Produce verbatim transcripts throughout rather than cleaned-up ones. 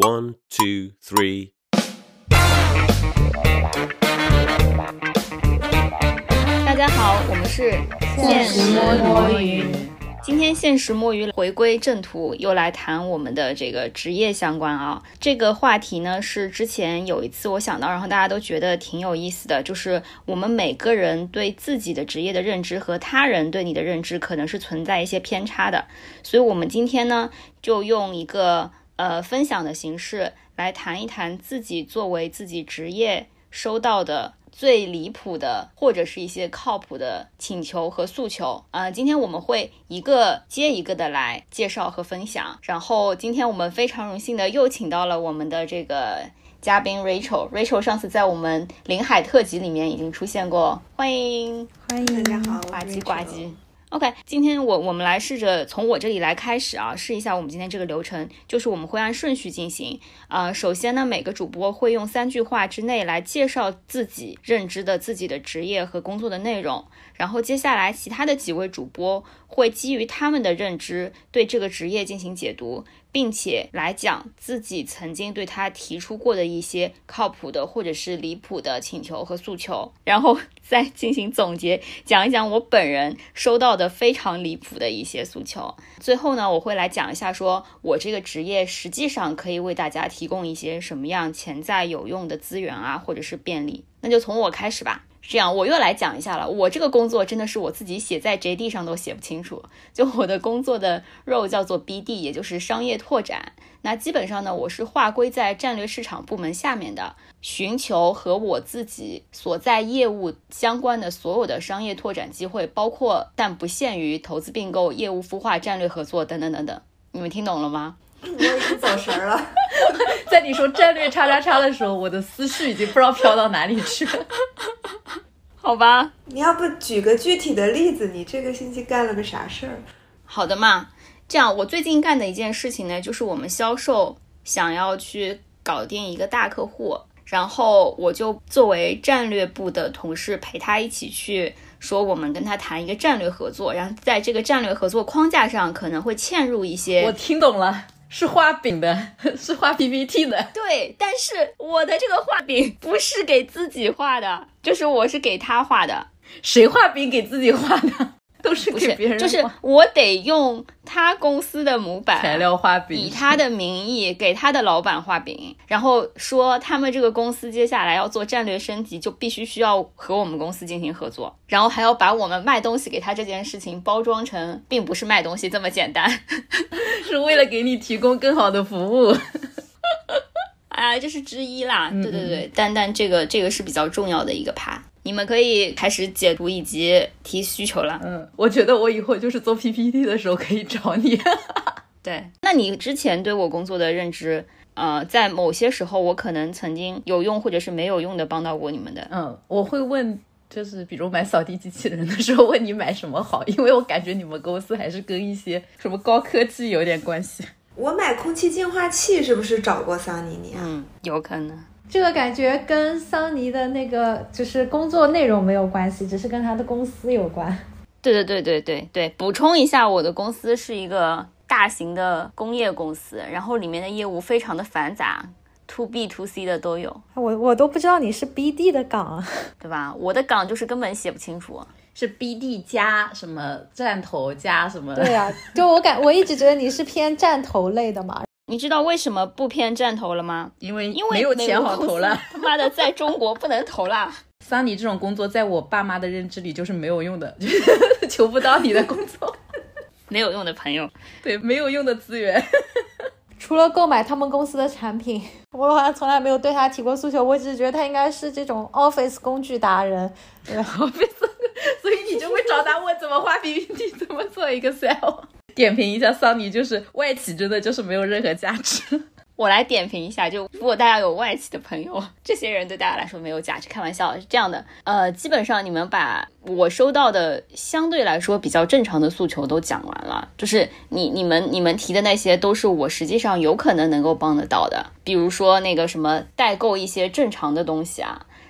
One, two, three. 大家好，我们是现实摸鱼。今天现实摸鱼回归正途，又来谈我们的这个职业相关啊。这个话题呢是之前有一次我想到，然后大家都觉得挺有意思的，就是我们每个人对自己的职业的认知和他人对你的认知可能是存在一些偏差的，所以我们今天呢就用一个呃分享的形式来谈一谈自己作为自己职业收到的最离谱的或者是一些靠谱的请求和诉求。呃，今天我们会一个接一个的来介绍和分享。然后今天我们非常荣幸的又请到了我们的这个嘉宾 Rachel。 Rachel 上次在我们临海特辑里面已经出现过，欢迎欢迎，大家好， 呱唧呱唧。OK， 今天我我们来试着从我这里来开始啊，试一下我们今天这个流程，就是我们会按顺序进行。呃，首先呢，每个主播会用三句话之内来介绍自己认知的自己的职业和工作的内容，然后接下来其他的几位主播会基于他们的认知对这个职业进行解读，并且来讲自己曾经对他提出过的一些靠谱的或者是离谱的请求和诉求，然后再进行总结，讲一讲我本人收到的非常离谱的一些诉求。最后呢，我会来讲一下说我这个职业实际上可以为大家提供一些什么样潜在有用的资源啊，或者是便利。那就从我开始吧。这样我又来讲一下了，我这个工作真的是我自己写在 J D 上都写不清楚。就我的工作的 role 叫做 B D， 也就是商业拓展。那基本上呢，我是划归在战略市场部门下面的，寻求和我自己所在业务相关的所有的商业拓展机会，包括但不限于投资并购、业务孵化、战略合作等等等等。你们听懂了吗？ 我已经走神了。 在你说战略叉叉叉的时候，我的思绪已经不知道飘到哪里去了。 好吧， 你要不举个具体的例子，你这个星期干了个啥事儿？ 好的嘛，这样我最近干的一件事情呢，就是我们销售想要去搞定一个大客户，然后我就作为战略部的同事陪他一起去说我们跟他谈一个战略合作，然后在这个战略合作框架上可能会嵌入一些， 我听懂了，是画饼的，是画 P P T 的。 对，但是我的这个画饼不是给自己画的，就是我是给他画的。 谁画饼给自己画的？都是给别人画。 就是我得用他公司的模板材料画饼， 以他的名义给他的老板画饼，然后说他们这个公司接下来要做战略升级，就必须需要和我们公司进行合作，然后还要把我们卖东西给他这件事情包装成并不是卖东西这么简单， 是为了给你提供更好的服务。 啊，这是之一啦， 嗯嗯对对对，但但这个这个是比较重要的一个趴。你们可以开始解读以及提需求了。 嗯，我觉得我以后就是做 P P T 的时候可以找你。 对，那你之前对我工作的认知，呃，在某些时候我可能曾经有用或者是没有用的帮到过你们的。 嗯，我会问，就是比如买扫地机器人的时候问你买什么好，因为我感觉你们公司还是跟一些什么高科技有点关系。 我买空气净化器是不是找过桑尼尼啊？ 嗯，有可能。 这个感觉跟桑尼的那个就是工作内容没有关系，只是跟他的公司有关。 对对对对对对，补充一下，我的公司是一个大型的工业公司，然后里面的业务非常的繁杂 ，to B to C 的都有。 我我都不知道你是 B D 的岗啊， 对吧？我的岗就是根本写不清楚。 是 B D 加什么站头加什么？ 对啊，就我感我一直觉得你是偏站头类的嘛。 你知道为什么不偏站头了吗？ 因为因为没有钱好投了。 他妈的，在中国不能投啦。 桑尼这种工作在我爸妈的认知里就是没有用的，求不到你的工作。 没有用的朋友。 对，没有用的资源。 除了购买他们公司的产品，我好像从来没有对他提过诉求，我只是觉得他应该是这种 Office 工具达人。 对 Office， 所以你就会找他问怎么画 P P T， 怎么做 Excel。点评一下桑尼，就是外企真的就是没有任何价值。 我来点评一下，就如果大家有外企的朋友，这些人对大家来说没有价值，开玩笑，是这样的。呃，基本上你们把我收到的相对来说比较正常的诉求都讲完了，就是你你们你们提的那些都是我实际上有可能能够帮得到的，比如说那个什么代购一些正常的东西啊，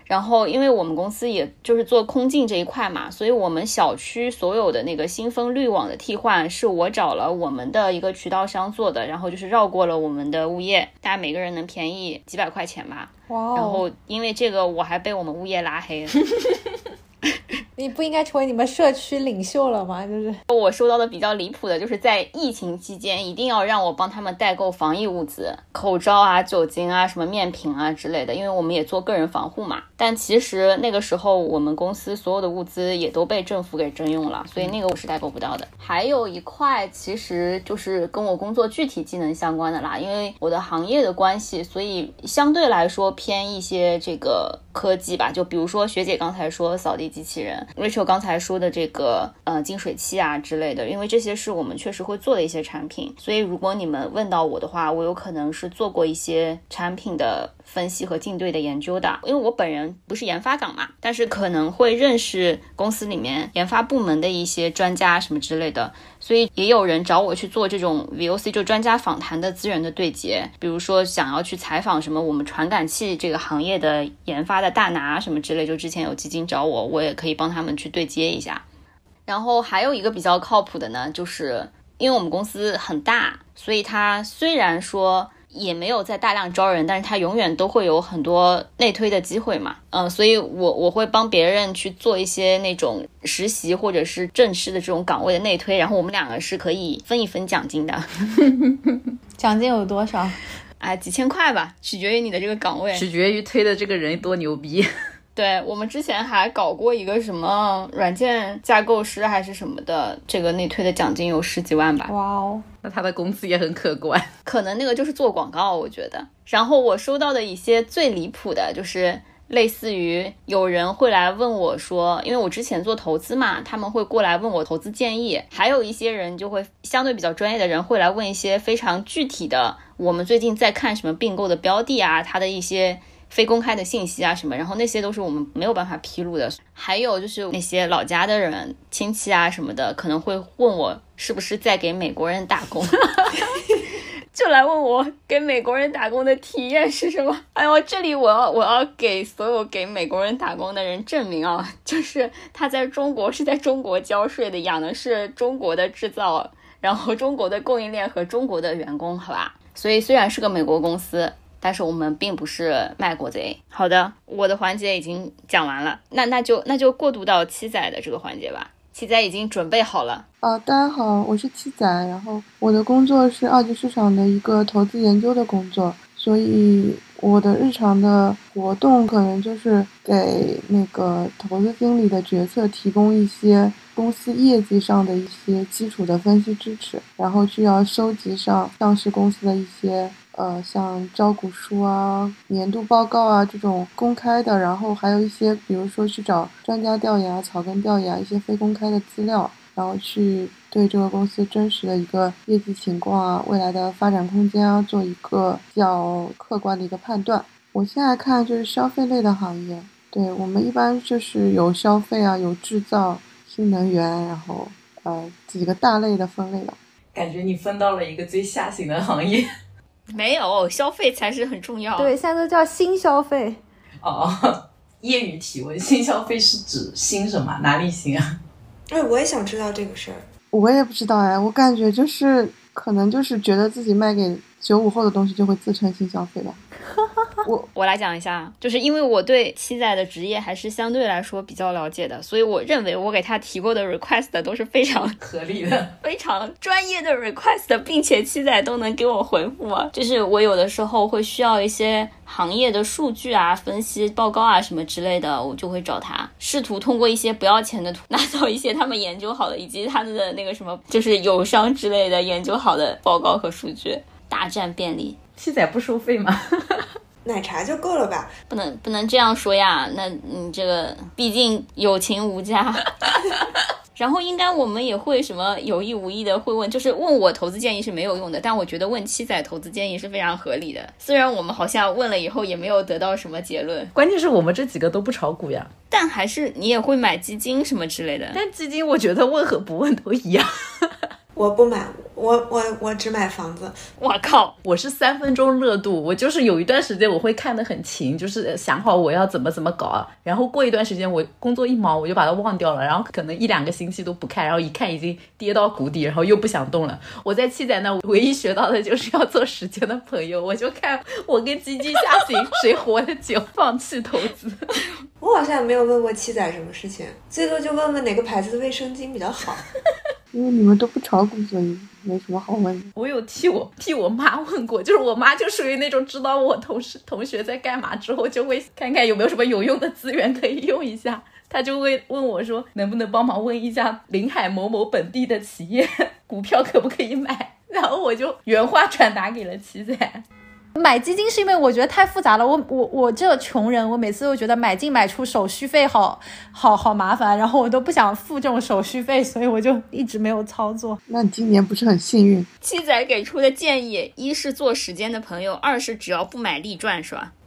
然后因为我们公司也就是做空净这一块嘛，所以我们小区所有的那个新风滤网的替换是我找了我们的一个渠道商做的，然后就是绕过了我们的物业，大家每个人能便宜几百块钱吧。 哇哦！ 然后因为这个我还被我们物业拉黑了。 你不应该成为你们社区领袖了吗？就是我收到的比较离谱的，就是在疫情期间一定要让我帮他们代购防疫物资，口罩啊、酒精啊、什么面瓶啊之类的，因为我们也做个人防护嘛。但其实那个时候我们公司所有的物资也都被政府给征用了，所以那个我是代购不到的。还有一块其实就是跟我工作具体技能相关的啦，因为我的行业的关系，所以相对来说偏一些这个科技吧，就比如说学姐刚才说扫地机器人， Rachel 刚才说的这个呃净水器啊之类的，因为这些是我们确实会做的一些产品，所以如果你们问到我的话，我有可能是做过一些产品的分析和竞对的研究的。因为我本人不是研发岗嘛，但是可能会认识公司里面研发部门的一些专家什么之类的，所以也有人找我去做这种 V O C 就专家访谈的资源的对接，比如说想要去采访什么我们传感器这个行业的研发的大拿什么之类，就之前有基金找我，我也可以帮他们去对接一下。然后还有一个比较靠谱的呢，就是因为我们公司很大，所以它虽然说也没有在大量招人，但是它永远都会有很多内推的机会嘛。嗯，所以我我会帮别人去做一些那种实习或者是正式的这种岗位的内推，然后我们两个是可以分一分奖金的。 奖金有多少？ 哎，几千块吧，取决于你的这个岗位， 取决于推的这个人多牛逼。 对，我们之前还搞过一个什么软件架构师还是什么的，这个内推的奖金有十几万吧。 哇哦， 那他的工资也很可观。 可能那个就是做广告，我觉得。然后我收到的一些最离谱的就是类似于有人会来问我说，因为我之前做投资嘛，他们会过来问我投资建议，还有一些人就会相对比较专业的人会来问一些非常具体的，我们最近在看什么并购的标的啊，它的一些非公开的信息啊什么，然后那些都是我们没有办法披露的。还有就是那些老家的人亲戚啊什么的，可能会问我是不是在给美国人打工。就来问我给美国人打工的体验是什么。哎呦，这里我要我要给所有给美国人打工的人证明啊，就是他在中国是在中国交税的，养的是中国的制造，然后中国的供应链和中国的员工，好吧。所以虽然是个美国公司，但是我们并不是卖国贼。好的，我的环节已经讲完了，那那就那就过渡到七仔的这个环节吧。七仔已经准备好了。 啊，大家好，我是七仔，然后我的工作是二级市场的一个投资研究的工作，所以我的日常的活动可能就是给那个投资经理的决策提供一些公司业绩上的一些基础的分析支持，然后需要收集上上市公司的一些呃，像招股书啊、年度报告啊这种公开的，然后还有一些比如说去找专家调研、草根调研一些非公开的资料，然后去对这个公司真实的一个业绩情况啊、未来的发展空间啊做一个比较客观的一个判断。我现在看就是消费类的行业，对，我们一般就是有消费啊、有制造、新能源，然后呃几个大类的分类了。 感觉你分到了一个最下行的行业。 没有，消费才是很重要。 对，现在都叫新消费。 哦，业余提问，新消费是指新什么？哪里新啊？ 哎，我也想知道这个事儿。 我也不知道哎，我感觉就是可能就是觉得自己卖给九五后的东西就会自称新消费吧。 我我来讲一下，就是因为我对七仔的职业还是相对来说比较了解的，所以我认为我给他提过的 request 都是非常合理的、 非常专业的 request， 并且七仔都能给我回复啊。就是我有的时候会需要一些行业的数据啊、分析报告啊什么之类的，我就会找他，试图通过一些不要钱的图拿到一些他们研究好的以及他们的那个什么就是友商之类的研究好的报告和数据，大占便利。 七仔不收费吗？ 奶茶就够了吧？ 不能不能这样说呀，那你这个毕竟友情无价。然后应该我们也会什么有意无意的会问，就是问我投资建议是没有用的，但我觉得问七仔投资建议是非常合理的，虽然我们好像问了以后也没有得到什么结论。 关键是我们这几个都不炒股呀， 但还是你也会买基金什么之类的。 但基金我觉得问和不问都一样。 我不买， 我我我只买房子。 我靠， 我是三分钟热度，我就是有一段时间我会看得很勤，就是想好我要怎么怎么搞，然后过一段时间我工作一忙我就把它忘掉了，然后可能一两个星期都不看，然后一看已经跌到谷底，然后又不想动了。我在七仔那唯一学到的就是要做时间的朋友，我就看我跟基金下行谁活得久，放弃投资。 我好像没有问过七仔什么事情，最多就问问哪个牌子的卫生巾比较好。 因为你们都不炒股，所以没什么好问的。 我有替我替我妈问过，就是我妈就属于那种知道我同事同学在干嘛之后，就会看看有没有什么有用的资源可以用一下。她就会问我说，能不能帮忙问一下临海某某本地的企业股票可不可以买，然后我就原话转达给了七仔。 买基金是因为我觉得太复杂了，我我我这个穷人，我每次都觉得买进买出手续费好好好麻烦，然后我都不想付这种手续费，所以我就一直没有操作。 那你今年不是很幸运？ 七仔给出的建议，一是做时间的朋友，二是只要不买利赚，是吧？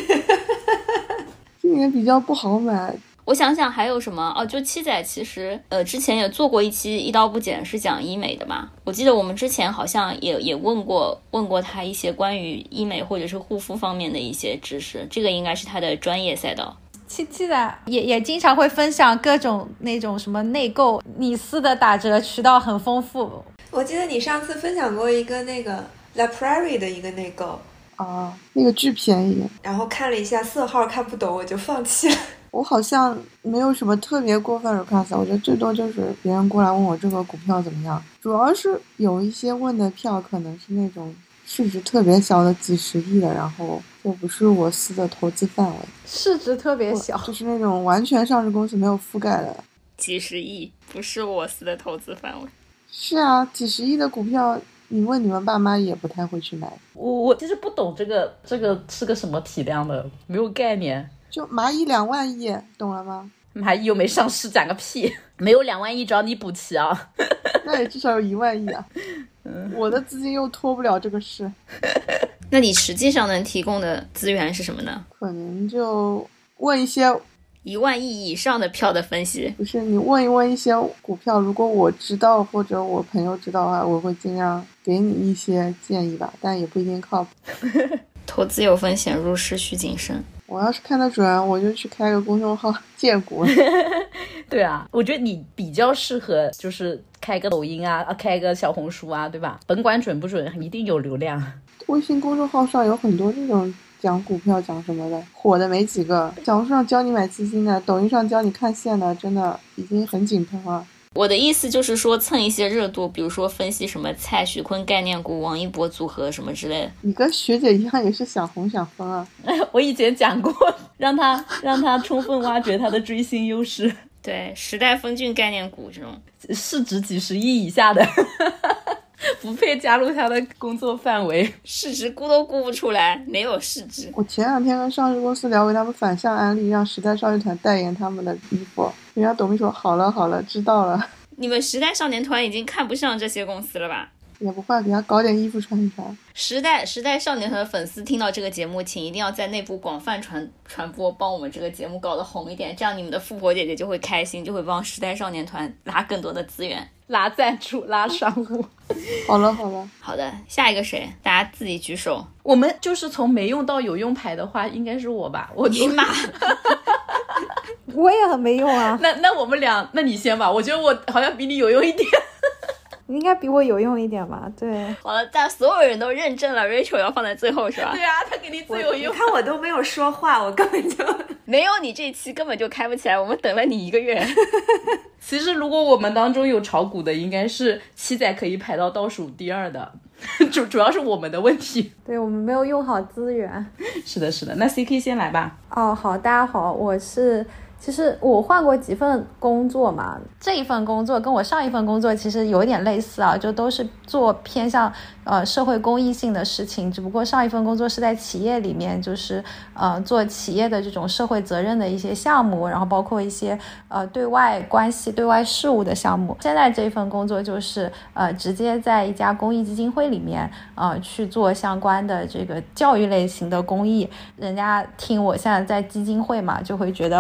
今年比较不好买。 我想想还有什么哦，就七仔其实呃之前也做过一期一刀不剪是讲医美的嘛，我记得我们之前好像也也问过问过他一些关于医美或者是护肤方面的一些知识，这个应该是他的专业赛道。 七七仔也也经常会分享各种那种什么内购，米丝的打折渠道很丰富。 我记得你上次分享过一个那个 La Prairie 的一个内购啊，那个巨便宜， 然后看了一下色号看不懂，我就放弃了。 我好像没有什么特别过分的 request， 我觉得最多就是别人过来问我这个股票怎么样，主要是有一些问的票可能是那种市值特别小的几十亿的，然后就不是我司的投资范围。 市值特别小， 就是那种完全上市公司没有覆盖的。 几十亿不是我司的投资范围。 是啊，几十亿的股票你问你们爸妈也不太会去买。 我我其实不懂这个这个是个什么体量的，没有概念。 就蚂蚁两万亿，懂了吗？ 蚂蚁又没上市，讲个屁！没有两万亿找你补齐啊。 那也至少有一万亿啊。我的资金又拖不了这个事。 那你实际上能提供的资源是什么呢？ 可能就问一些一万亿以上的票的分析。 不是，你问一问一些股票，如果我知道或者我朋友知道的话，我会尽量给你一些建议吧，但也不一定靠谱。 投资有风险，入市需谨慎。 我要是看得准，我就去开个公众号借股。 对啊，我觉得你比较适合就是开个抖音啊，开个小红书啊，对吧？甭管准不准，一定有流量。 微信公众号上有很多这种讲股票讲什么的，火的没几个。小红书上教你买基金的，抖音上教你看线的，真的已经很井喷了。 我的意思就是说蹭一些热度，比如说分析什么蔡徐坤概念股、王一博组合什么之类的。 你跟学姐一样也是想红想疯啊。 我以前讲过，让他让他充分挖掘他的追星优势。 对，时代峰峻概念股这种市值几十亿以下的不配加入他的工作范围， 市值估都估不出来，没有市值。 我前两天跟上市公司聊，给他们反向安利，让时代少年团代言他们的衣服。人家董秘说好了好了，知道了。 你们时代少年团已经看不上这些公司了吧？ 也不会，给他搞点衣服穿一穿。 时代时代少年团的粉丝听到这个节目，请一定要在内部广泛传传播，帮我们这个节目搞得红一点，这样你们的富婆姐姐就会开心，就会帮时代少年团拉更多的资源， 拉赞助，拉商务。 好了好了， 好的，下一个谁？大家自己举手。 我们就是从没用到有用牌的话，应该是我吧？我你妈！ 我也很没用啊。 那那我们俩，那你先吧。我觉得我好像比你有用一点。 你应该比我有用一点吧？对。 好了，但所有人都认证了 Rachel 要放在最后是吧？ 对啊，他给你最有用。 你看我都没有说话，我根本就没有你这期根本就开不起来，我们等了你一个月。 其实如果我们当中有炒股的，应该是七仔可以排到倒数第二的。主主要是我们的问题。 对，我们没有用好资源。 是的是的，那 C K 先来吧。 哦，好，大家好，我是其实我换过几份工作嘛，这一份工作跟我上一份工作其实有一点类似啊，就都是做偏向呃社会公益性的事情，只不过上一份工作是在企业里面，就是呃做企业的这种社会责任的一些项目，然后包括一些呃对外关系、对外事务的项目。现在这一份工作就是呃直接在一家公益基金会里面呃去做相关的这个教育类型的公益。人家听我现在在基金会嘛，就会觉得我好像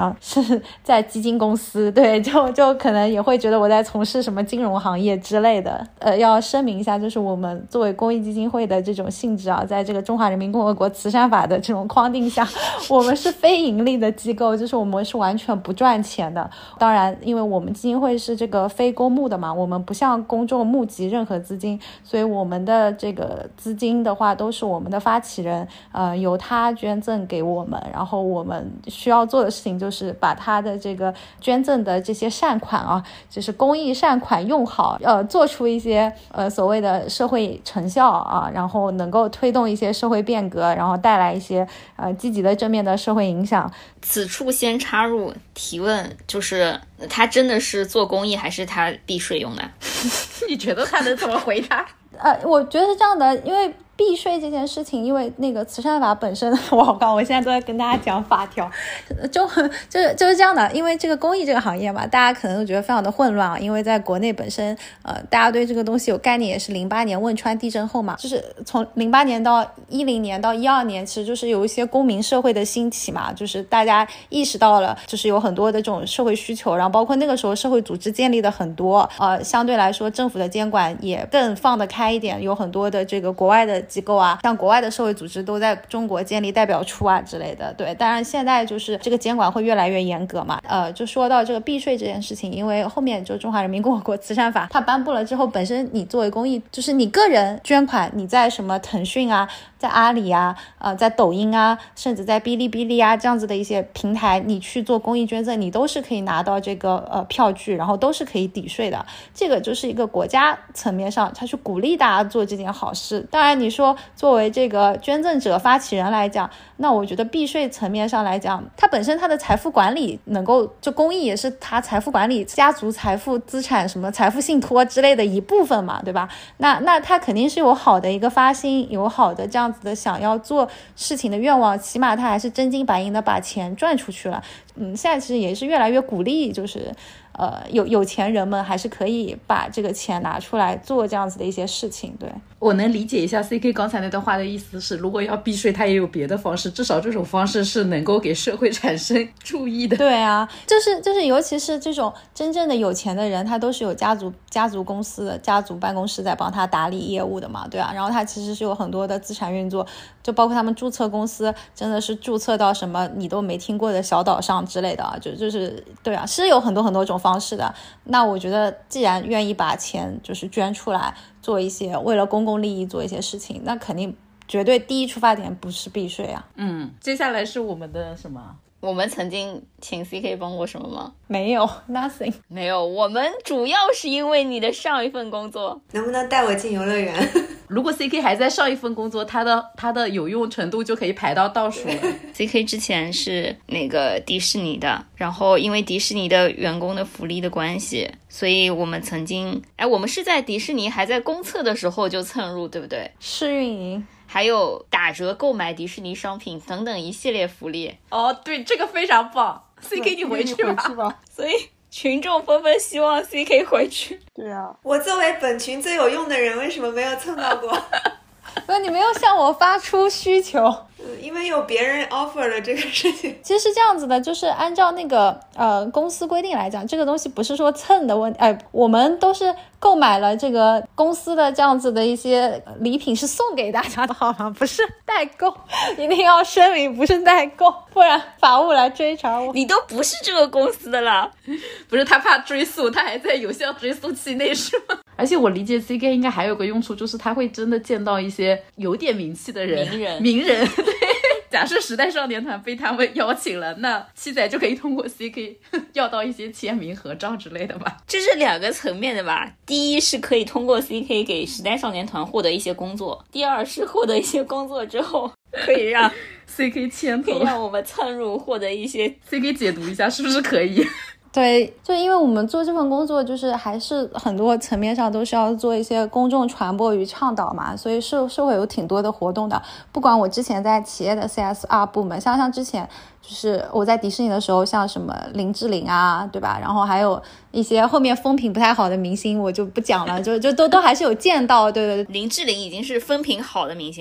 能是在基金公司，对，就就可能也会觉得我在从事什么金融行业之类的。呃，要声明一下，就是我们作为公益基金会的这种性质啊，在这个中华人民共和国慈善法的这种框定下，我们是非盈利的机构，就是我们是完全不赚钱的。当然，因为我们基金会是这个非公募的嘛，我们不向公众募集任何资金，所以我们的这个资金的话都是我们的发起人呃由他捐赠给我们，然后我们需要做的事情就是把他的这个捐赠的这些善款啊，就是公益善款用好，呃做出一些呃所谓的社会成效啊，然后能够推动一些社会变革，然后带来一些呃积极的正面的社会影响。 此处先插入提问，就是他真的是做公益还是他避税用的？ 你觉得他能怎么回答？ 呃，我觉得是这样的，因为避税这件事情，因为那个慈善法本身，我好刚我现在都在跟大家讲法条，就就就是这样的。因为这个公益这个行业嘛，大家可能都觉得非常的混乱啊。因为在国内本身，呃，大家对这个东西有概念，也是零八年汶川地震后嘛，就是从零八年到一零年到一二年，其实就是有一些公民社会的兴起嘛，就是大家意识到了，就是有很多的这种社会需求，然后包括那个时候社会组织建立的很多，呃，相对来说政府的监管也更放得开一点，有很多的这个国外的机构啊，像国外的社会组织都在中国建立代表处啊之类的。对，当然现在就是这个监管会越来越严格嘛。呃，就说到这个避税这件事情，因为后面就中华人民共和国慈善法它颁布了之后，本身你作为公益，就是你个人捐款，你在什么腾讯啊，在阿里啊，呃，在抖音啊，甚至在哔哩哔哩啊这样子的一些平台，你去做公益捐赠，你都是可以拿到这个呃票据，然后都是可以抵税的。这个就是一个国家层面上，他去鼓励大家做这件好事。当然你说作为这个捐赠者发起人来讲，那我觉得避税层面上来讲，他本身他的财富管理能够，就公益也是他财富管理家族财富资产什么财富信托之类的一部分嘛，对吧？那那他肯定是有好的一个发心，有好的这样子的想要做事情的愿望，起码他还是真金白银的把钱赚出去了。嗯，现在其实也是越来越鼓励，就是呃有有钱人们还是可以把这个钱拿出来做这样子的一些事情。对， 我能理解一下 C K 刚才那段话的意思是，如果要避税，他也有别的方式，至少这种方式是能够给社会产生注意的。 对啊，就是就是尤其是这种真正的有钱的人，他都是有家族家族公司的家族办公室在帮他打理业务的嘛，对啊，然后他其实是有很多的资产运作，就包括他们注册公司真的是注册到什么你都没听过的小岛上之类的啊，就就是对啊，是有很多很多种方式的。那我觉得既然愿意把钱就是捐出来做一些为了公共利益做一些事情，那肯定绝对第一出发点不是避税啊。 嗯，接下来是我们的什么？ 我们曾经请 C K 帮过什么吗？ 没有 nothing 没有，我们主要是因为你的上一份工作。 能不能带我进游乐园？ 如果 C K 还在上一份工作，他的他的有用程度就可以排到倒数了。 C K 之前是那个迪士尼的，然后因为迪士尼的员工的福利的关系，所以我们曾经，哎，我们是在迪士尼还在公测的时候就蹭入，对不对？ 试运营， 还有打折购买迪士尼商品等等一系列福利。 哦，对，这个非常棒。C K 你回去吧。 回去吧。 所以群众纷纷希望 C K 回去。 对啊， 我作为本群最有用的人，为什么没有蹭到过？ 不是你没有向我发出需求。 嗯，因为有别人 offer 了这个事情。 其实是这样子的，就是按照那个呃公司规定来讲，这个东西不是说蹭的问题，哎，我们都是购买了这个公司的这样子的一些礼品是送给大家的，好吗？不是代购，一定要声明不是代购，不然法务来追查我。 你都不是这个公司的了。 不是，他怕追溯，他还在有效追溯期内是吗？而且我理解 C K 应该还有个用处，就是他会真的见到一些有点名气的人， 名人名人对，假设时代少年团被他们邀请了，那七仔就可以通过 C K 要到一些签名合照之类的吧。 这是两个层面的吧，第一是可以通过 C K 给时代少年团获得一些工作，第二是获得一些工作之后可以让 C K 牵头， 可以让我们蹭入获得一些 C K 解读一下是不是可以。 对，就因为我们做这份工作，就是还是很多层面上都是要做一些公众传播与倡导嘛，所以是是会有挺多的活动的。不管我之前在企业的 C S R 部门，像像之前就是我在迪士尼的时候，像什么林志玲啊，对吧？然后还有一些后面风评不太好的明星，我就不讲了，就就都都还是有见到。对对对， 林志玲已经是风评好的明星啦。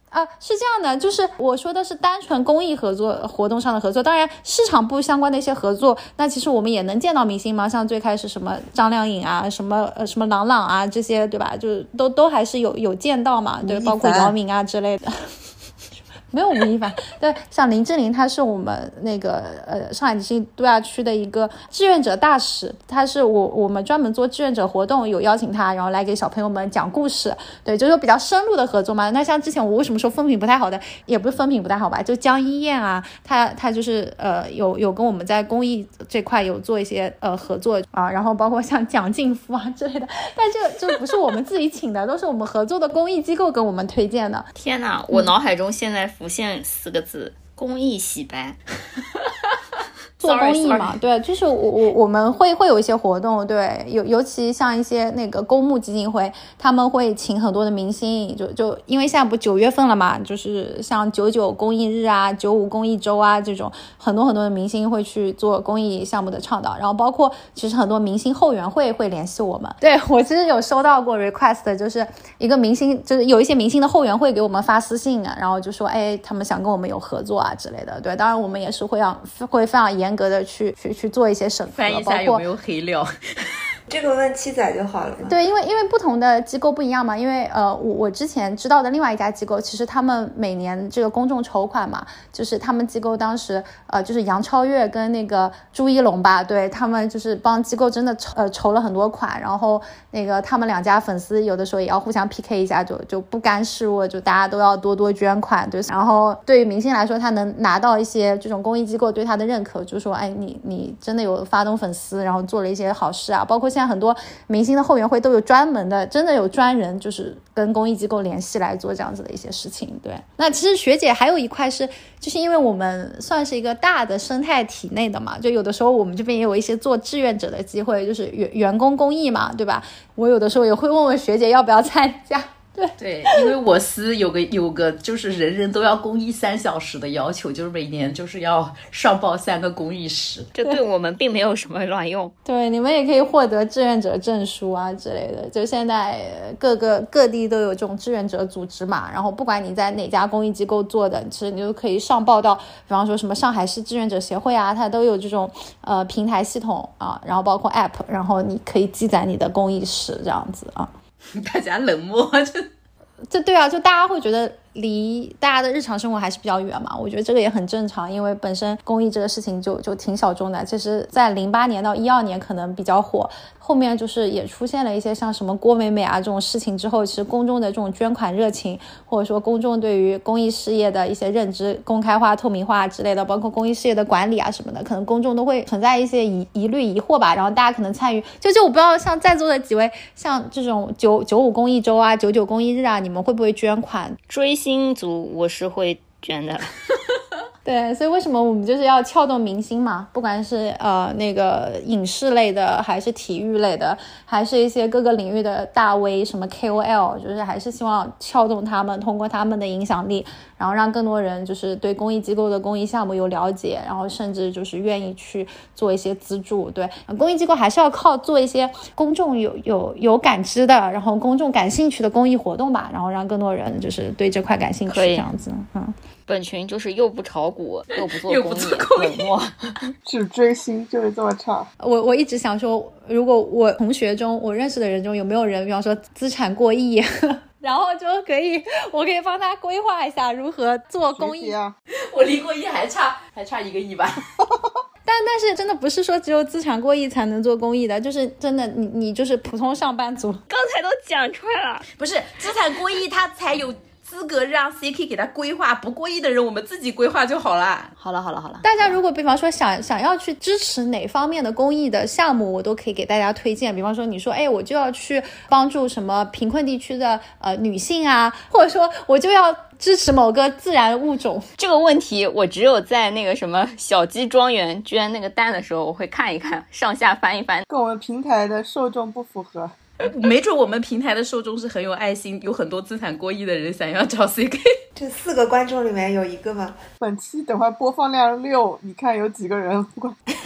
啊，是这样的，就是我说的是单纯公益合作活动上的合作，当然市场部相关的一些合作，那其实我们也能见到明星嘛，像最开始什么张靓颖啊，什么呃什么郎朗啊这些，对吧？就都都还是有有见到嘛，对，包括姚明啊之类的。没有吴亦凡，对，像林志玲，她是我们那个呃上海迪士尼度假区的一个志愿者大使，她是我我们专门做志愿者活动，有邀请她，然后来给小朋友们讲故事，对，就是比较深入的合作嘛。那像之前我为什么说风评不太好的，也不是风评不太好吧，就江一燕啊，她她就是呃有有跟我们在公益这块有做一些呃合作啊，然后包括像蒋劲夫啊之类的，但这就不是我们自己请的，都是我们合作的公益机构跟我们推荐的。 天哪，我脑海中现在浮现四个字：公益洗白。 做公益嘛，对，就是我我我们会会有一些活动，对，尤尤其像一些那个公募基金会，他们会请很多的明星，就就因为现在不九月份了嘛，就是像九九公益日啊、九五公益周啊这种，很多很多的明星会去做公益项目的倡导，然后包括其实很多明星后援会会联系我们，对，我其实有收到过 request， 就是一个明星，就是有一些明星的后援会给我们发私信啊，然后就说哎，他们想跟我们有合作啊之类的，对，当然我们也是会让会非常严。严格的去去去做一些审核， 翻译一下有没有黑料。 这个问七仔就好了嘛。 对，因为因为不同的机构不一样嘛，因为呃，我我之前知道的另外一家机构，其实他们每年这个公众筹款嘛，就是他们机构当时呃，就是杨超越跟那个朱一龙吧，对他们就是帮机构真的筹呃筹了很多款，然后那个他们两家粉丝有的时候也要互相 P K 一下，就就不甘示弱，就大家都要多多捐款，对。然后对于明星来说，他能拿到一些这种公益机构对他的认可，就说哎，你你真的有发动粉丝，然后做了一些好事啊，包括现在很多明星的后援会都有专门的，真的有专人就是跟公益机构联系来做这样子的一些事情。对，那其实学姐还有一块是，就是因为我们算是一个大的生态体内的嘛，就有的时候我们这边也有一些做志愿者的机会，就是员员工公益嘛，对吧？我有的时候也会问问学姐要不要参加。对对，因为我司有个有个就是人人都要公益三小时的要求，就是每年就是要上报三个公益时， 这对我们并没有什么卵用。 对，你们也可以获得志愿者证书啊之类的，就现在各个各地都有这种志愿者组织嘛，然后不管你在哪家公益机构做的，其实你就可以上报到，比方说什么上海市志愿者协会啊，它都有这种呃平台系统啊，然后包括 app， 然后你可以记载你的公益史这样子啊。 大家冷漠就这对啊，就大家会觉得离大家的日常生活还是比较远嘛，我觉得这个也很正常，因为本身公益这个事情就就挺小众的，其实在零八年到一二年可能比较火，后面就是也出现了一些像什么郭美美啊这种事情之后，其实公众的这种捐款热情，或者说公众对于公益事业的一些认知公开化透明化之类的，包括公益事业的管理啊什么的，可能公众都会存在一些疑疑虑疑惑吧，然后大家可能参与，就就我不知道像在座的几位像这种九九五公益周啊九九公益日啊，你们会不会捐款？ 追星族我是会捐的。 对，所以为什么我们就是要撬动明星嘛，不管是呃那个影视类的，还是体育类的，还是一些各个领域的大 V 什么 K O L， 就是还是希望撬动他们，通过他们的影响力，然后让更多人就是对公益机构的公益项目有了解，然后甚至就是愿意去做一些资助。对，公益机构还是要靠做一些公众有有有感知的，然后公众感兴趣的公益活动吧，然后让更多人就是对这块感兴趣，这样子。嗯， 本群就是又不炒股又不做又不公益， 做公益冷漠。 只追星就是这么差。 我我一直想说，如果我同学中我认识的人中有没有人比方说资产过亿然后就可以我可以帮他规划一下如何做公益啊， 我离过亿还差还差一个亿吧但但是真的不是说只有资产过亿才能做公益的，就是真的你你就是普通上班族， 刚才都讲出来了， 不是资产过亿他才有资格让 C K 给他规划，不过亿的人我们自己规划就好了。 好了好了好了， 大家如果比方说想想要去支持哪方面的公益的项目，我都可以给大家推荐。比方说你说哎，我就要去帮助什么贫困地区的呃女性啊，或者说我就要支持某个自然物种。 这个问题我只有在那个什么小鸡庄园捐那个蛋的时候我会看一看，上下翻一翻， 跟我们平台的受众不符合。 没准我们平台的受众是很有爱心，有很多资产过亿的人想要找 C K。 这四个观众里面有一个吗？ 本期等会播放量六，你看有几个人？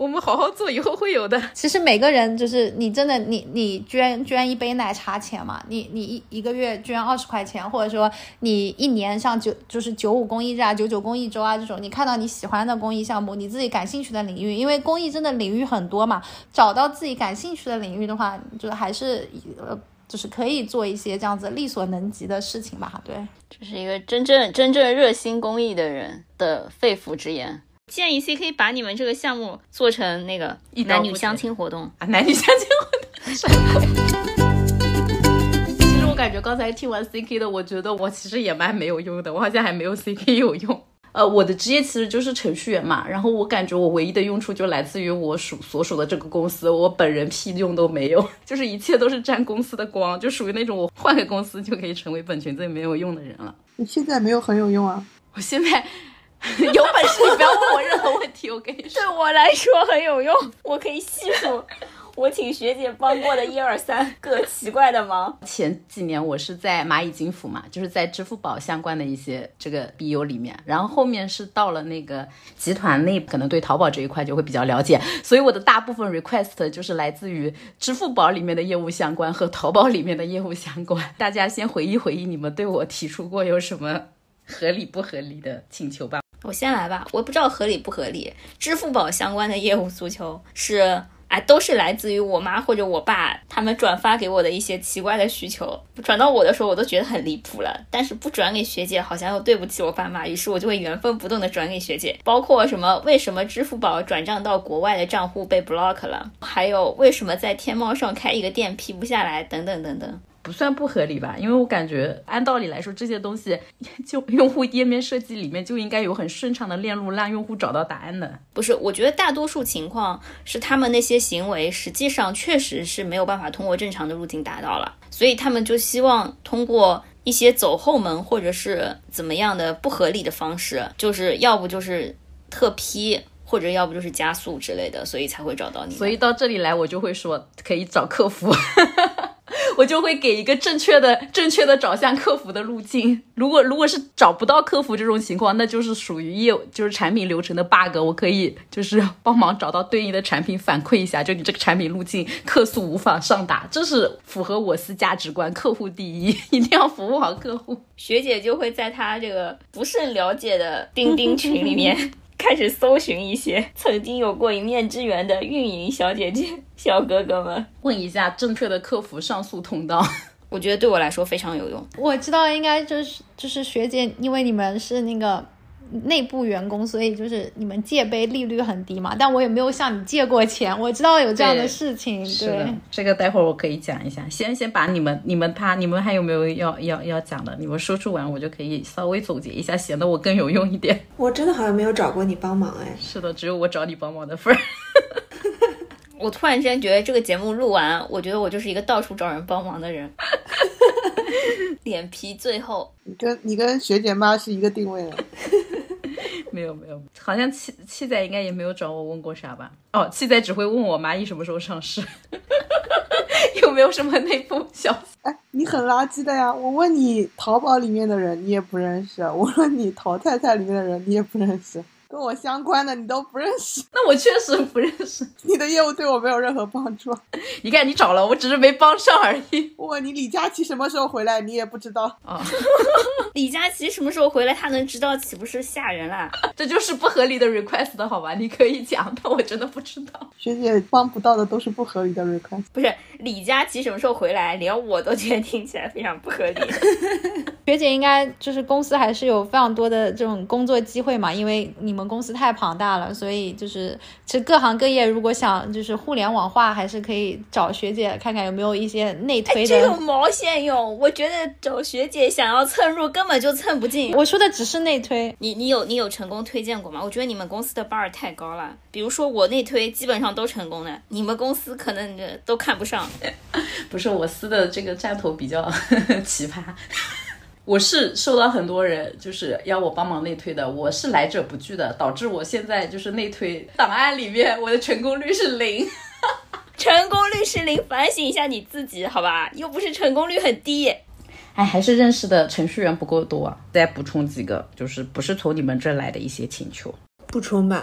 我们好好做，以后会有的。 其实每个人就是你真的你你捐捐一杯奶茶钱嘛，你你一一个月捐二十块钱，或者说你一年像九就是九五公益日啊、九九公益周啊这种，你看到你喜欢的公益项目，你自己感兴趣的领域，因为公益真的领域很多嘛，找到自己感兴趣的领域的话，就还是呃。就是可以做一些这样子力所能及的事情吧，对， 这是一个真正真正热心公益的人的肺腑之言。建议 C K 把你们这个项目做成那个男女相亲活动啊，男女相亲活动。其实我感觉刚才听完 C K 的，我觉得我其实也蛮没有用的，我好像还没有 C K 有用。呃，我的职业其实就是程序员嘛，然后我感觉我唯一的用处就来自于我属所属的这个公司，我本人屁用都没有，就是一切都是沾公司的光，就属于那种我换个公司就可以成为本群最没有用的人了。 你现在没有很有用啊？ 我现在有本事你不要问我任何问题，我跟你说。 对我来说很有用，我可以细数我请学姐帮过的一二三个奇怪的忙。 前几年我是在蚂蚁金服嘛，就是在支付宝相关的一些这个 B U 里面，然后后面是到了那个集团内，可能对淘宝这一块就会比较了解，所以我的大部分 request 就是来自于支付宝里面的业务相关和淘宝里面的业务相关。大家先回忆回忆你们对我提出过有什么合理不合理的请求吧。 我先来吧，我不知道合理不合理。支付宝相关的业务诉求是哎，都是来自于我妈或者我爸他们转发给我的一些奇怪的需求，转到我的时候我都觉得很离谱了，但是不转给学姐好像又对不起我爸妈，于是我就会原封不动的转给学姐。包括什么为什么支付宝转账到国外的账户被 block 了，还有为什么在天猫上开一个店批不下来，等等等等。 不算不合理吧，因为我感觉按道理来说这些东西就用户页面设计里面就应该有很顺畅的链路让用户找到答案的。 不是，我觉得大多数情况是他们那些行为实际上确实是没有办法通过正常的路径达到了，所以他们就希望通过一些走后门或者是怎么样的不合理的方式，就是要不就是特批或者要不就是加速之类的，所以才会找到你。 所以到这里来我就会说可以找客服我就会给一个正确的正确的找向客服的路径。如果如果是找不到客服这种情况，那就是属于业务就是产品流程的 bug， 我可以就是帮忙找到对应的产品反馈一下，就你这个产品路径客诉无法上达，这是符合我司价值观，客户第一，一定要服务好客户。 学姐就会在她这个不甚了解的钉钉群里面开始搜寻一些曾经有过一面之缘的运营小姐姐小哥哥们， 问一下正确的客服上诉通道。 我觉得对我来说非常有用。 我知道应该就是就是学姐，因为你们是那个内部员工，所以就是你们借呗利率很低嘛，但我也没有向你借过钱，我知道有这样的事情。 对, 对，是的，这个待会儿我可以讲一下。先先把你们你们他你们还有没有要要要讲的，你们说出完我就可以稍微总结一下，显得我更有用一点。 我真的好像没有找过你帮忙哎。 是的，只有我找你帮忙的份儿我突然之间觉得这个节目录完，我觉得我就是一个到处找人帮忙的人脸皮最厚。 你跟你跟学姐妈是一个定位的没有没有，好像七七仔应该也没有找我问过啥吧？哦，七仔只会问我蚂蚁什么时候上市有没有什么内部消息。 哎，你很垃圾的呀！我问你淘宝里面的人你也不认识，我问你淘太太里面的人你也不认识，跟我相关的你都不认识。 那我确实不认识， 你的业务对我没有任何帮助。 你看你找了，我只是没帮上而已。 我问你李佳琦什么时候回来你也不知道啊、哦、 李佳琦什么时候回来他能知道岂不是吓人啦？ 这就是不合理的 request 的好吧，你可以讲，但我真的不知道。 学姐帮不到的都是不合理的 request。 不是李佳琦什么时候回来连我都觉得听起来非常不合理学姐应该就是公司还是有非常多的这种工作机会嘛，因为你们公司太庞大了，所以就是其实各行各业如果想就是互联网化，还是可以找学姐看看有没有一些内推的。 哎、这有毛线用？我觉得找学姐想要蹭入根本就蹭不进。 我说的只是内推。 你你有你有成功推荐过吗？我觉得你们公司的 bar 太高了，比如说我内推基本上都成功的，你们公司可能都看不上。 不是，我司的这个站头比较奇葩我是受到很多人就是要我帮忙内推的，我是来者不拒的，导致我现在就是内推档案里面我的成功率是零成功率是零，反省一下你自己好吧，又不是成功率很低。 哎，还是认识的程序员不够多啊。再补充几个就是不是从你们这来的一些请求。 补充吧。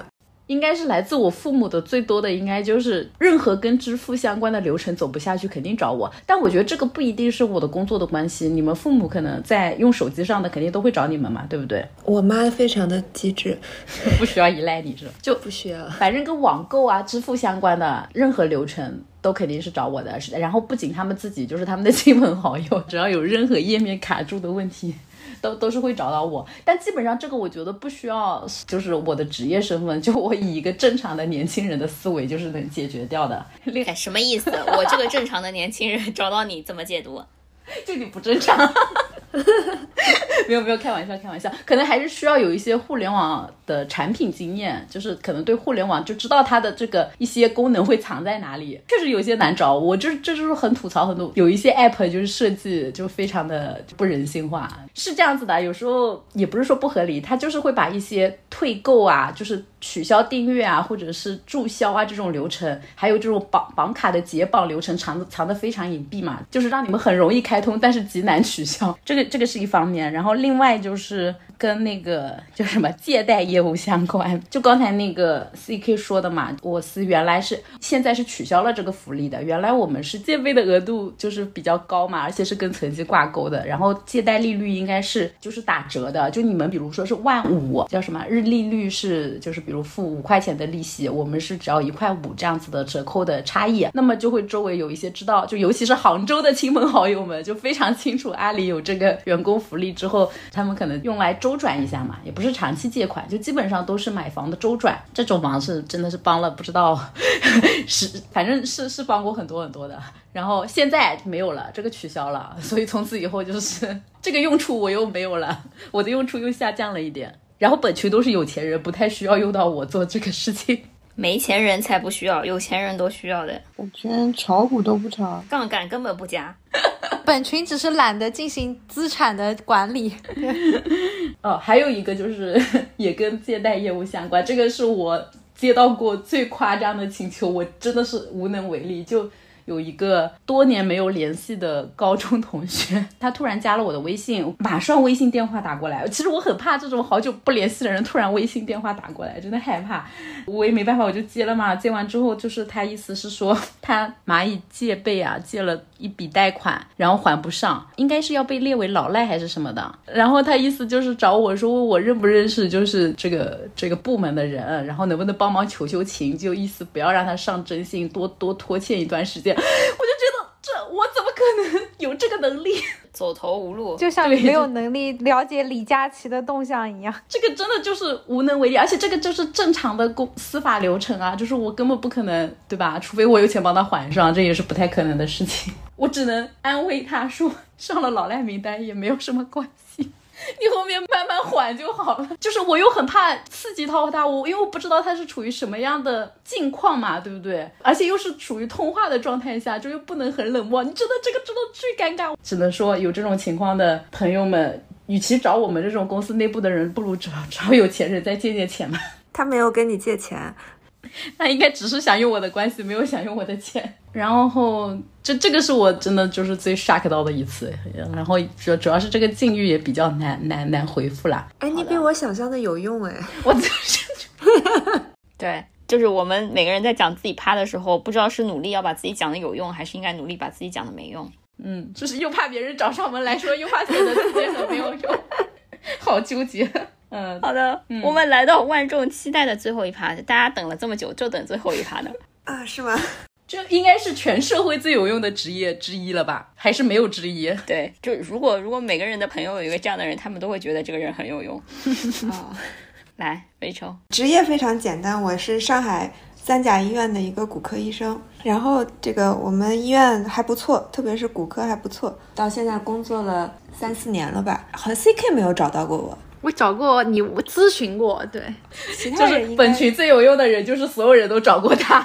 应该是来自我父母的最多的，应该就是任何跟支付相关的流程走不下去肯定找我。但我觉得这个不一定是我的工作的关系，你们父母可能在用手机上的肯定都会找你们嘛，对不对？ 我妈非常的机智， 不需要依赖你是吧？就不需要， 反正跟网购啊支付相关的任何流程都肯定是找我的。然后不仅他们自己，就是他们的亲朋好友，只要有任何页面卡住的问题都都是会找到我。但基本上这个我觉得不需要就是我的职业身份，就我以一个正常的年轻人的思维就是能解决掉的。 哎，什么意思？我这个正常的年轻人找到你怎么解读？ 就你不正常。没有没有，开玩笑开玩笑，可能还是需要有一些互联网的产品经验，就是可能对互联网就知道它的这个一些功能会藏在哪里，确实有些难找。我就是这就是很吐槽很多，有一些 app 就是设计就非常的不人性化，是这样子的，有时候也不是说不合理，它就是会把一些退购啊，就是取消订阅啊，或者是注销啊这种流程，还有这种绑绑卡的解绑流程藏的藏的非常隐蔽嘛，就是让你们很容易开通，但是极难取消。这个这个是一方面，然后另外就是跟那个就什么借贷业务相关，就刚才那个 C K 说的嘛，我司原来是现在是取消了这个福利的，原来我们是借呗的额度就是比较高嘛，而且是跟层级挂钩的，然后借贷利率应该是就是打折的，就你们比如说是万五，叫什么日利率是就是比如付五块钱的利息，我们是只要一块五这样子的折扣的差异，那么就会周围有一些知道，就尤其是杭州的亲朋好友们就非常清楚阿里有这个员工福利之后，他们可能用来周转一下嘛，也不是长期借款，就基本上都是买房的周转，这种忙是真的是帮了不知道是反正是是帮过很多很多的，然后现在没有了，这个取消了，所以从此以后就是这个用处我又没有了，我的用处又下降了一点，然后本群都是有钱人，不太需要用到我做这个事情。 没钱人才不需要，有钱人都需要的。 本群炒股都不炒， 杠杆根本不加。 本群只是懒得进行资产的管理。 哦，还有一个就是也跟借贷业务相关，这个是我接到过最夸张的请求，我真的是无能为力。就有一个多年没有联系的高中同学，他突然加了我的微信，马上微信电话打过来。其实我很怕这种好久不联系的人突然微信电话打过来，真的害怕。我也没办法，我就接了嘛。接完之后，就是他意思是说他蚂蚁借呗啊，借了一笔贷款，然后还不上，应该是要被列为老赖还是什么的。然后他意思就是找我说我认不认识就是这个这个部门的人，然后能不能帮忙求求情，就意思不要让他上征信，多多拖欠一段时间。我就觉得这我怎么可能有这个能力， 走投无路， 就像你没有能力了解李佳琦的动向一样。 这个真的就是无能为力，而且这个就是正常的公司法流程啊，就是我根本不可能，对吧？除非我有钱帮他还上，这也是不太可能的事情。我只能安慰他说，上了老赖名单也没有什么关系。你后面慢慢还就好了。就是我又很怕刺激到他，我因为我不知道他是处于什么样的境况嘛，对不对？而且又是处于通话的状态下，就又不能很冷漠，你真的这个真的最尴尬。只能说有这种情况的朋友们，与其找我们这种公司内部的人，不如找找有钱人再借借钱嘛。 他没有跟你借钱， 他应该只是想用我的关系，没有想用我的钱。然后这这个是我真的就是最 shock 到的一次，然后主主要是这个境遇也比较难难难回复啦。 哎，你比我想象的有用哎， 我就是对，就是我们每个人在讲自己趴的时候，不知道是努力要把自己讲的有用，还是应该努力把自己讲的没用。 嗯，就是又怕别人找上门来说，又怕显得自己很没有用，好纠结。嗯， 好的、嗯，我们来到万众期待的最后一趴，大家等了这么久，就等最后一趴的啊？是吗？ 这应该是全社会最有用的职业之一了吧？还是没有之一？ 对，就如果如果每个人的朋友有一个这样的人，他们都会觉得这个人很有用。 哦， 来，魏秋， 职业非常简单，我是上海三甲医院的一个骨科医生，然后这个我们医院还不错，特别是骨科还不错，到现在工作了三四年了吧，好像 C K 没有找到过我。 我找过你，我咨询过，对， 其他人就是本群最有用的人，就是所有人都找过他。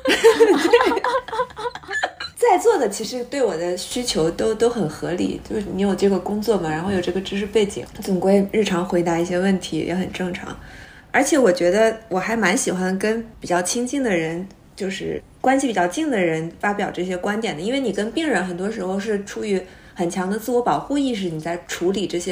在座的其实对我的需求都都很合理，就是你有这个工作嘛，然后有这个知识背景，总归日常回答一些问题也很正常。而且我觉得我还蛮喜欢跟比较亲近的人，就是关系比较近的人发表这些观点的，因为你跟病人很多时候是出于很强的自我保护意识，你在处理这些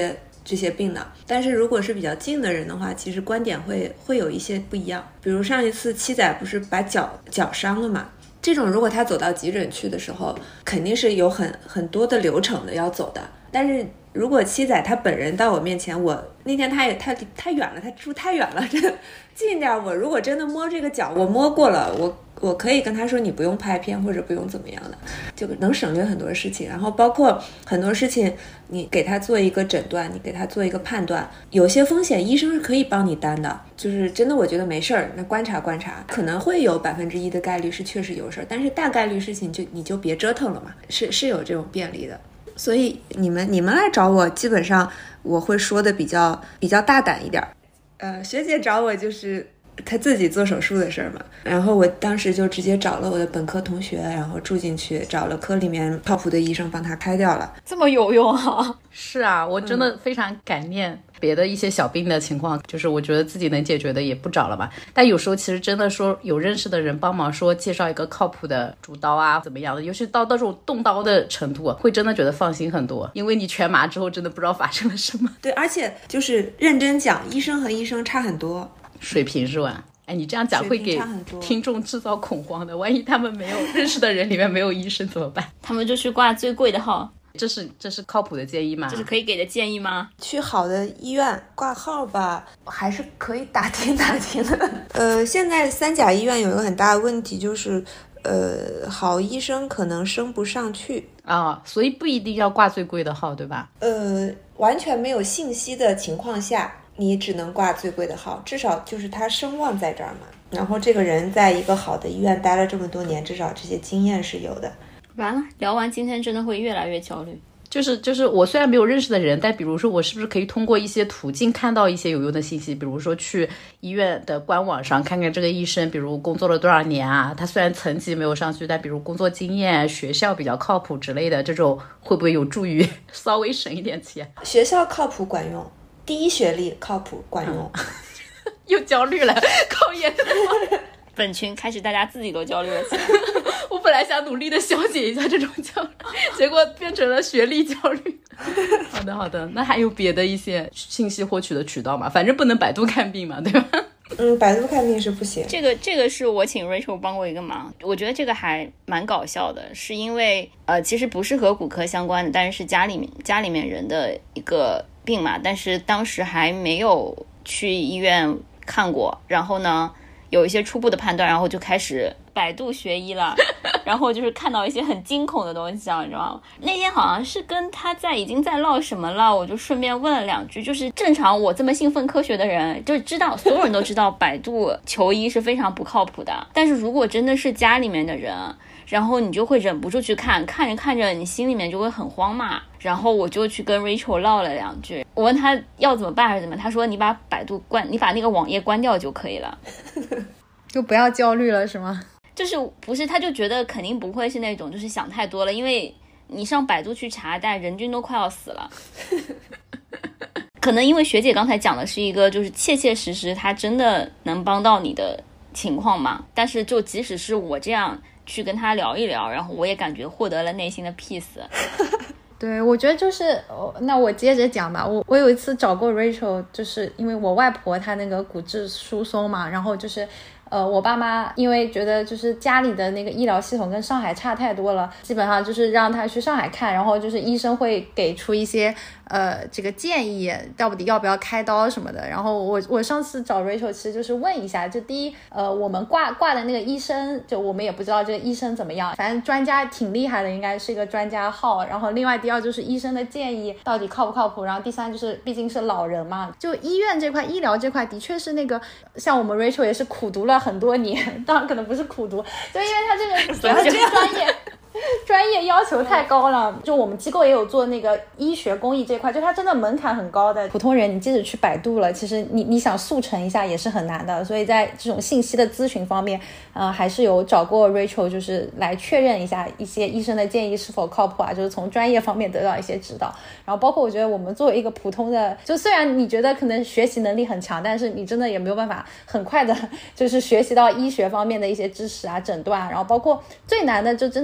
这些病的。但是如果是比较近的人的话，其实观点会会有一些不一样。比如上一次七仔不是把脚脚伤了嘛，这种如果他走到急诊去的时候，肯定是有很很多的流程的要走的。但是如果七仔他本人到我面前，我那天他也太太远了，他住太远了，真的近点。我如果真的摸这个脚，我摸过了，我我可以跟他说你不用拍片或者不用怎么样的，就能省略很多事情。然后包括很多事情，你给他做一个诊断，你给他做一个判断，有些风险医生是可以帮你担的，就是真的我觉得没事儿，那观察观察，可能会有百分之一的概率是确实有事儿，但是大概率事情就你就别折腾了嘛，是是有这种便利的。所以你们你们来找我，基本上我会说的比较比较大胆一点。呃，学姐找我就是她自己做手术的事儿嘛，然后我当时就直接找了我的本科同学，然后住进去，找了科里面靠谱的医生帮他开掉了。 这么有用啊！ 是啊，我真的非常感念。别的一些小病的情况，就是我觉得自己能解决的也不找了嘛。但有时候其实真的说有认识的人帮忙说介绍一个靠谱的主刀啊怎么样的，尤其到到这种动刀的程度，会真的觉得放心很多，因为你全麻之后真的不知道发生了什么。 对，而且就是认真讲，医生和医生差很多， 水平是吧？哎，你这样讲会给听众制造恐慌的，万一他们没有认识的人里面没有医生怎么办？ 他们就去挂最贵的号。 这是这是靠谱的建议吗？ 这是可以给的建议吗？ 去好的医院挂号吧，还是可以打听打听的。呃，现在三甲医院有一个很大的问题，就是呃，好医生可能升不上去啊、哦，所以不一定要挂最贵的号，对吧？ 呃，完全没有信息的情况下，你只能挂最贵的号，至少就是他声望在这儿嘛。然后这个人在一个好的医院待了这么多年，至少这些经验是有的。 完了，聊完今天真的会越来越焦虑。 就是就是我虽然没有认识的人，但比如说我是不是可以通过一些途径看到一些有用的信息，比如说去医院的官网上看看这个医生比如工作了多少年啊，他虽然层级没有上去，但比如工作经验学校比较靠谱之类的，这种会不会有助于稍微省一点钱？ 学校靠谱管用，第一学历靠谱管用、嗯、 又焦虑了，考研的本群开始大家自己都焦虑了起来。 我本来想努力的消解一下这种焦虑，结果变成了学历焦虑。好的好的，那还有别的一些信息获取的渠道吗？反正不能百度看病嘛，对吧？ 嗯，百度看病是不行。 这个这个是我请 Rachel 帮过一个忙，我觉得这个还蛮搞笑的，是因为呃其实不是和骨科相关的，但是是家里面家里面人的一个病嘛，但是当时还没有去医院看过，然后呢有一些初步的判断，然后就开始百度学医了，然后就是看到一些很惊恐的东西啊，你知道吗？那天好像是跟他在已经在唠什么了，我就顺便问了两句。就是正常我这么信奉科学的人，就知道所有人都知道百度求医是非常不靠谱的，但是如果真的是家里面的人，然后你就会忍不住去看，看着看着你心里面就会很慌嘛。然后我就去跟 Rachel 唠了两句，我问他要怎么办还是怎么，他说你把百度关，你把那个网页关掉就可以了。 就不要焦虑了是吗？ 就是不是，他就觉得肯定不会是那种就是想太多了，因为你上百度去查，但人均都快要死了。可能因为学姐刚才讲的是一个就是切切实实他真的能帮到你的情况嘛，但是就即使是我这样去跟他聊一聊，然后我也感觉获得了内心的 peace。 对，我觉得就是那我接着讲吧。我我有一次找过 Rachel， 就是因为我外婆她那个骨质疏松嘛，然后就是呃，我爸妈因为觉得就是家里的那个医疗系统跟上海差太多了，基本上就是让他去上海看，然后就是医生会给出一些呃这个建议，到底要不要开刀什么的。然后我我上次找 Rachel 其实就是问一下，就第一呃我们挂挂的那个医生，就我们也不知道这个医生怎么样，反正专家挺厉害的，应该是一个专家号。然后另外第二就是医生的建议到底靠不靠谱，然后第三就是毕竟是老人嘛，就医院这块医疗这块的确是那个像我们 Rachel 也是苦读了很多年，当然可能不是苦读，就因为他这个专业专业要求太高了。就我们机构也有做那个医学公益这块，就它真的门槛很高的，普通人你即使去百度了，其实你你想速成一下也是很难的。所以在这种信息的咨询方面呃，还是有找过 Rachel 就是来确认一下一些医生的建议是否靠谱啊，就是从专业方面得到一些指导。然后包括我觉得我们作为一个普通的，就虽然你觉得可能学习能力很强，但是你真的也没有办法很快的就是学习到医学方面的一些知识啊诊断啊，然后包括最难的就真的是家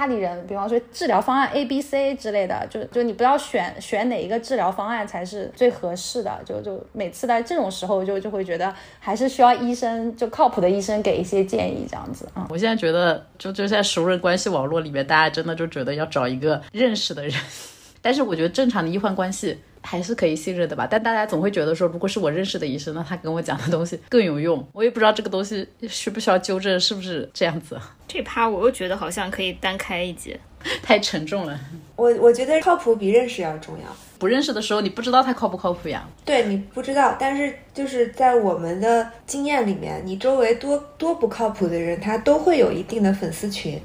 家里人，比方说治疗方案 A B C 之类的，就就你不要选选哪一个治疗方案才是最合适的，就就每次在这种时候就就会觉得还是需要医生，就靠谱的医生给一些建议这样子。嗯， 我现在觉得就就在熟人关系网络里面，大家真的就觉得要找一个认识的人，但是我觉得正常的医患关系还是可以信任的吧，但大家总会觉得说，如果是我认识的医生，那他跟我讲的东西更有用。我也不知道这个东西需不需要纠正，是不是这样子？ 这趴我又觉得好像可以单开一节， 太沉重了。 我我觉得靠谱比认识要重要。 不认识的时候，你不知道他靠不靠谱呀？ 对，你不知道，但是就是在我们的经验里面，你周围多多不靠谱的人，他都会有一定的粉丝群。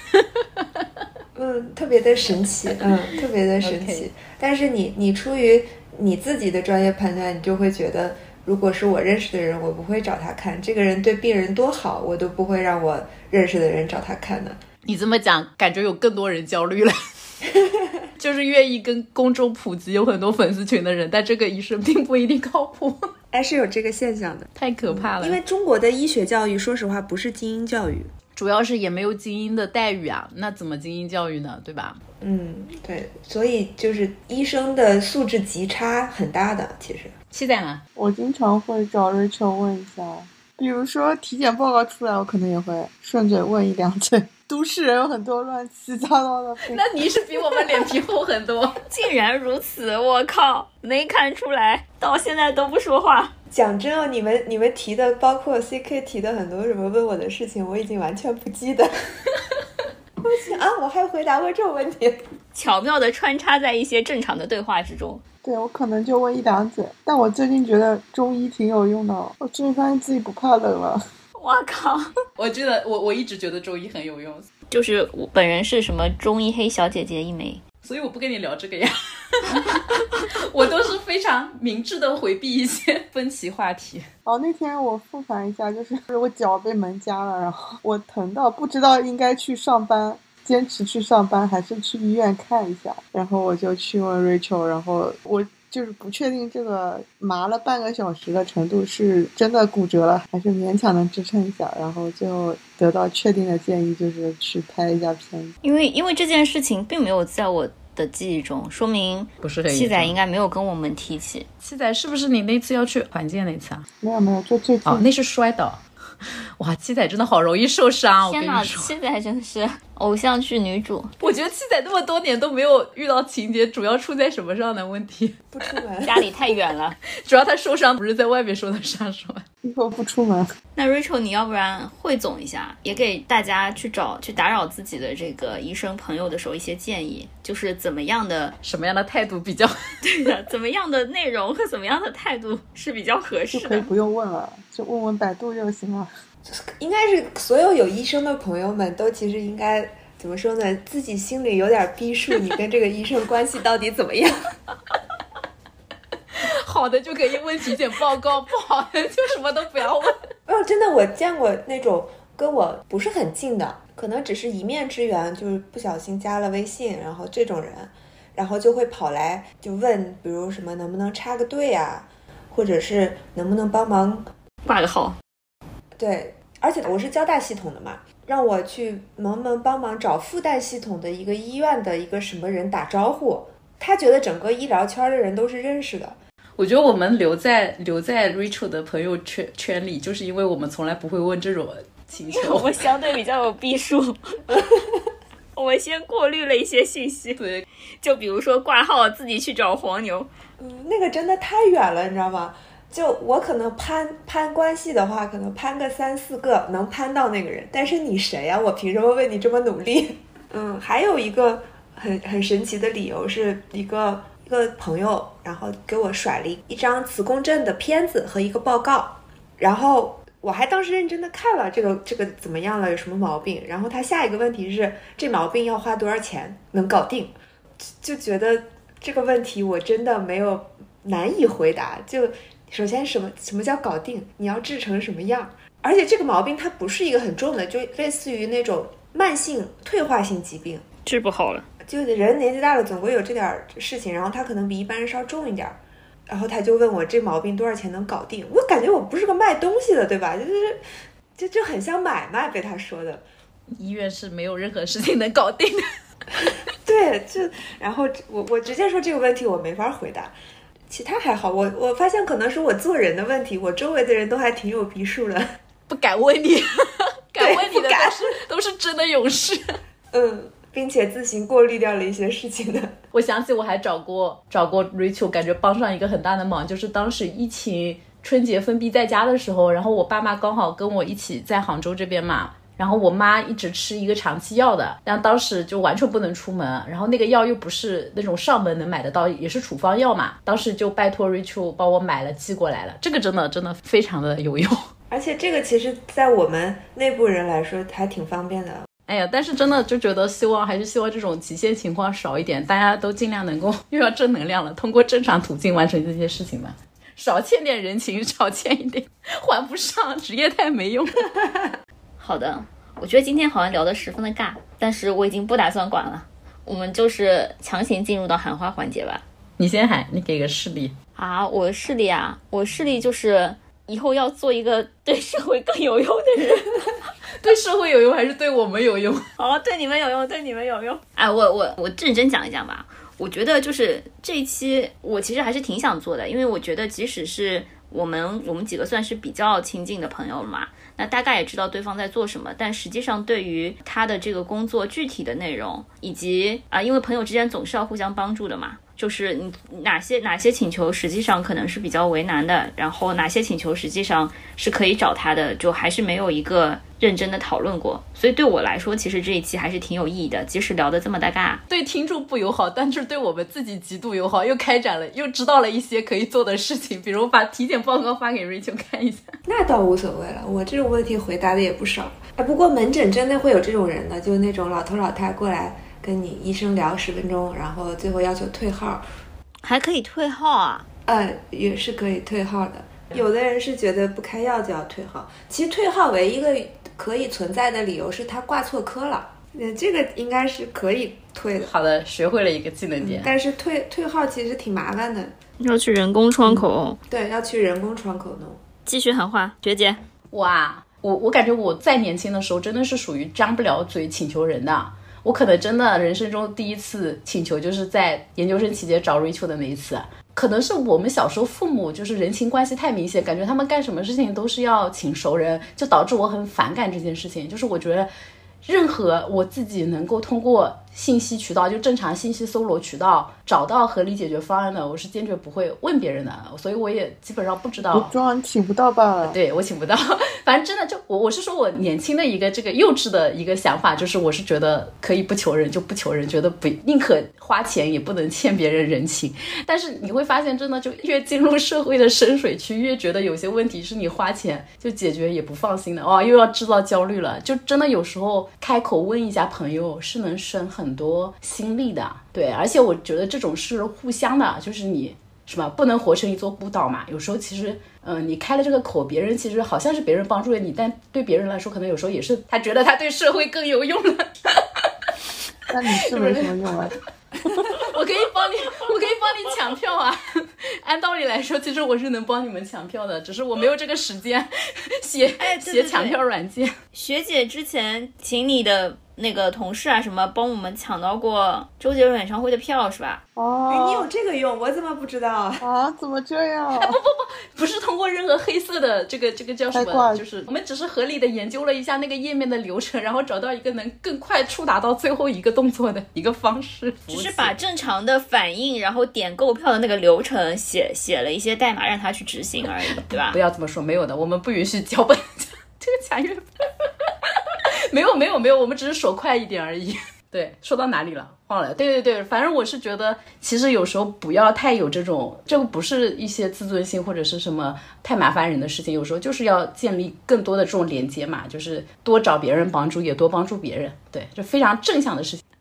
嗯，特别的神奇，嗯，特别的神奇。Okay. 但是你你出于你自己的专业判断，你就会觉得，如果是我认识的人，我不会找他看。这个人对病人多好，我都不会让我认识的人找他看的。 你这么讲，感觉有更多人焦虑了。就是愿意跟公众普及有很多粉丝群的人，但这个医生并不一定靠谱。 哎，是有这个现象的， 太可怕了。 因为中国的医学教育，说实话不是精英教育。 主要是也没有精英的待遇啊，那怎么精英教育呢？对吧？ 嗯，对，所以就是医生的素质极差很大的。其实七仔呢， 我经常会找 Rachel 问一下，比如说体检报告出来，我可能也会顺嘴问一两嘴。都市人有很多乱七八糟的病， 那你是比我们脸皮厚很多。 竟然如此，我靠，没看出来，到现在都不说话。 讲真哦，你们你们提的，包括 C K 提的很多什么问我的事情，我已经完全不记得。我想啊，我还回答过这种问题， 巧妙的穿插在一些正常的对话之中。 对，我可能就问一两嘴，但我最近觉得中医挺有用的，我终于发现自己不怕冷了。 我靠， 我觉得我我一直觉得中医很有用， 就是我本人是什么中医黑小姐姐一枚， 所以我不跟你聊这个呀。我都是非常明智的回避一些分歧话题。 哦，那天我复盘一下，就是我脚被门夹了，然后我疼到不知道应该去上班，坚持去上班还是去医院看一下，然后我就去问 Rachel， 然后我就是不确定这个麻了半个小时的程度是真的骨折了还是勉强能支撑一下，然后最后得到确定的建议就是去拍一下片。 因为因为这件事情并没有在我的记忆中，说明不是很七仔应该没有跟我们提起。 七仔是不是你那次要去环建那次啊？ 没有没有，就最近。 哦，那是摔倒。哇，七仔真的好容易受伤， 天哪，七仔真的是偶像剧女主。 我觉得七仔那么多年都没有遇到情节，主要出在什么上的问题？ 不出门， 家里太远了。 主要他受伤不是在外面受的伤，是吧？ 以后不出门。 那 Rachel， 你要不然汇总一下，也给大家去找去打扰自己的这个医生朋友的时候一些建议，就是怎么样的什么样的态度比较对的，怎么样的内容和怎么样的态度是比较合适的， 就可以不用问了，就问问百度就行了。 应该是所有有医生的朋友们都其实应该怎么说呢？自己心里有点逼数，你跟这个医生关系到底怎么样？ 好的就可以问体检报告，不好的就什么都不要问。 哦，真的，我见过那种跟我不是很近的，可能只是一面之缘，就是不小心加了微信，然后这种人，然后就会跑来就问，比如什么能不能插个队啊，或者是能不能帮忙挂个号。 对，而且我是交大系统的嘛，让我去能不能帮忙找复旦系统的一个医院的一个什么人打招呼，他觉得整个医疗圈的人都是认识的。 我觉得我们留在留在 Rachel 的朋友圈圈里，就是因为我们从来不会问这种请求， 我们相对比较有逼数。我们先过滤了一些信息， 对， 就比如说挂号自己去找黄牛， 嗯，那个真的太远了，你知道吗？就我可能攀攀关系的话，可能攀个三四个能攀到那个人，但是你谁呀？我凭什么为你这么努力？嗯，还有一个很很神奇的理由，是一个一个朋友，然后给我甩了一张磁共振的片子和一个报告，然后我还当时认真的看了这个这个怎么样了，有什么毛病，然后他下一个问题是这毛病要花多少钱能搞定，就觉得这个问题我真的没有难以回答。就首先什么什么叫搞定，你要治成什么样，而且这个毛病它不是一个很重的，就类似于那种慢性退化性疾病， 治不好了， 就人年纪大了总归有这点事情，然后他可能比一般人稍重一点，然后他就问我这毛病多少钱能搞定，我感觉我不是个卖东西的，对吧？就是就就很像买卖，被他说的， 医院是没有任何事情能搞定的。 对，就然后我我直接说这个问题我没法回答，其他还好。我我发现可能是我做人的问题，我周围的人都还挺有逼数的， 不敢问你，敢问你的不敢都是都是真的勇士。 嗯，并且自行过滤掉了一些事情的。 我想起我还找过找过 Rachel， 感觉帮上一个很大的忙，就是当时疫情春节封闭在家的时候，然后我爸妈刚好跟我一起在杭州这边嘛，然后我妈一直吃一个长期药的，但当时就完全不能出门，然后那个药又不是那种上门能买得到，也是处方药嘛，当时就拜托 Rachel 帮我买了寄过来了，这个真的真的非常的有用。 而且这个其实在我们内部人来说还挺方便的。 哎呀，但是真的就觉得希望还是希望这种极限情况少一点，大家都尽量能够又要正能量了，通过正常途径完成这些事情吧，少欠点人情，少欠一点，还不上，职业太没用。 好的，我觉得今天好像聊得十分的尬，但是我已经不打算管了，我们就是强行进入到喊话环节吧。 你先喊，你给个示例。 啊，我的示例啊，我示例就是以后要做一个对社会更有用的人。 对社会有用还是对我们有用？ 哦，对你们有用，对你们有用。哎，我我我认真讲一讲吧。我觉得就是这一期我其实还是挺想做的，因为我觉得即使是我们我们几个算是比较亲近的朋友嘛，那大概也知道对方在做什么，但实际上对于他的这个工作具体的内容，以及啊，因为朋友之间总是要互相帮助的嘛，就是你哪些哪些请求实际上可能是比较为难的，然后哪些请求实际上是可以找他的，就还是没有一个认真的讨论过。所以对我来说，其实这一期还是挺有意义的，即使聊得这么大尬。 对听众不友好，但是对我们自己极度友好，又开展了又知道了一些可以做的事情，比如把体检报告发给 Rachel 看一下。 那倒无所谓了，我这种问题回答的也不少。哎，不过门诊真的会有这种人的，就那种老头老太过来跟你医生聊十分钟，然后最后要求退号。 还可以退号啊？ 呃，也是可以退号的。有的人是觉得不开药就要退号，其实退号唯一一个可以存在的理由是他挂错科了，呃，这个应该是可以退的。 好的，学会了一个技能点。 嗯、但是退退号其实挺麻烦的， 要去人工窗口。 嗯、对，要去人工窗口弄。 继续喊话，学姐。 哇，我我感觉我在年轻的时候真的是属于张不了嘴请求人的。我可能真的人生中第一次请求就是在研究生期间找 Rachel 的那一次，可能是我们小时候父母就是人情关系太明显，感觉他们干什么事情都是要请熟人，就导致我很反感这件事情。就是我觉得任何我自己能够通过信息渠道，就正常信息搜罗渠道找到合理解决方案的，我是坚决不会问别人的，所以我也基本上不知道。 我装请不到吧？ 对，我请不到。反正真的就我我是说我年轻的一个这个幼稚的一个想法，就是我是觉得可以不求人就不求人，觉得不宁可花钱也不能欠别人人情。但是你会发现真的就越进入社会的深水区，越觉得有些问题是你花钱就解决也不放心的，哦，又要制造焦虑了。就真的有时候开口问一下朋友是能省很多心力的。对，而且我觉得这种是互相的，就是你是吧，不能活成一座孤岛嘛。有时候其实嗯、呃，你开了这个口，别人其实好像是别人帮助了你，但对别人来说可能有时候也是他觉得他对社会更有用了。 那你是没什么用啊。 我可以帮你我可以帮你抢票啊。按道理来说其实我是能帮你们抢票的，只是我没有这个时间写、哎、对对对写抢票软件。 学姐之前请你的那个同事啊什么帮我们抢到过周杰伦演唱会的票是吧？ 哦， 哎，你有这个用，我怎么不知道啊？ 啊，怎么这样？ 不不不，不是通过任何黑色的这个这个叫什么，就是我们只是合理的研究了一下那个页面的流程，然后找到一个能更快触达到最后一个动作的一个方式， 只是把正常的反应，然后点购票的那个流程写写了一些代码让他去执行而已，对吧？ 不要这么说，没有的，我们不允许脚本这个抢月份。没有没有没有，我们只是手快一点而已。对，说到哪里了？忘了。对对对，反正我是觉得，其实有时候不要太有这种，这个不是一些自尊心或者是什么太麻烦人的事情，有时候就是要建立更多的这种连接嘛，就是多找别人帮助，也多帮助别人。对，这非常正向的事情。当然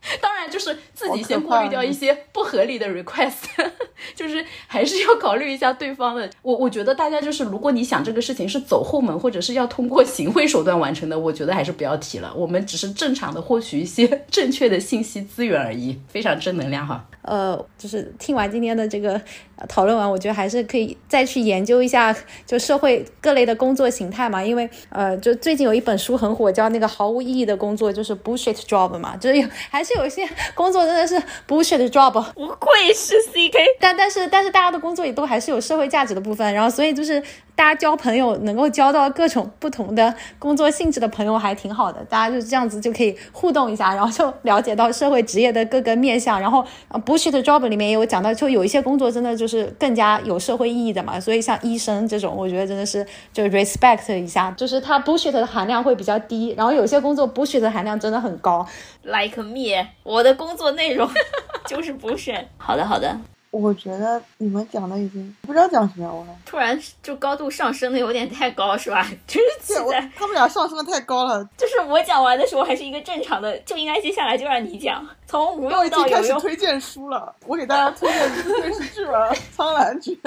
就是自己先过滤掉一些不合理的 request， 就是还是要考虑一下对方的。我我觉得大家就是如果你想这个事情是走后门或者是要通过行贿手段完成的，我觉得还是不要提了，我们只是正常的获取一些正确的信息资源而已，非常正能量哈。 呃，就是听完今天的这个讨论完，我觉得还是可以再去研究一下就社会各类的工作形态嘛，因为呃，就最近有一本书很火，叫那个毫无意义的工作，就是 bullshit job 嘛，就是有还是有一些工作真的是 bullshit job， 不愧是 C K， 但但是但是大家的工作也都还是有社会价值的部分，然后所以就是大家交朋友能够交到各种不同的工作性质的朋友还挺好的，大家就这样子就可以互动一下，然后就了解到社会职业的各个面向，然后、呃、bullshit job 里面也有讲到，就有一些工作真的就是更加有社会意义的嘛，所以像医生这种我觉得真的是就 respect 一下，就是它 bullshit 的含量会比较低，然后有些工作 bullshit 的含量真的很高 like me， 我的工作内容就是 bullshit。 好的好的， 我觉得你们讲的已经不知道讲什么，我还突然就高度上升的有点太高是吧？就是现在他们俩上升的太高了， 就是我讲完的时候还是一个正常的，就应该接下来就让你讲，从无我用已经开始到有用。 推荐书了，我给大家推荐电视剧了，《苍兰诀》。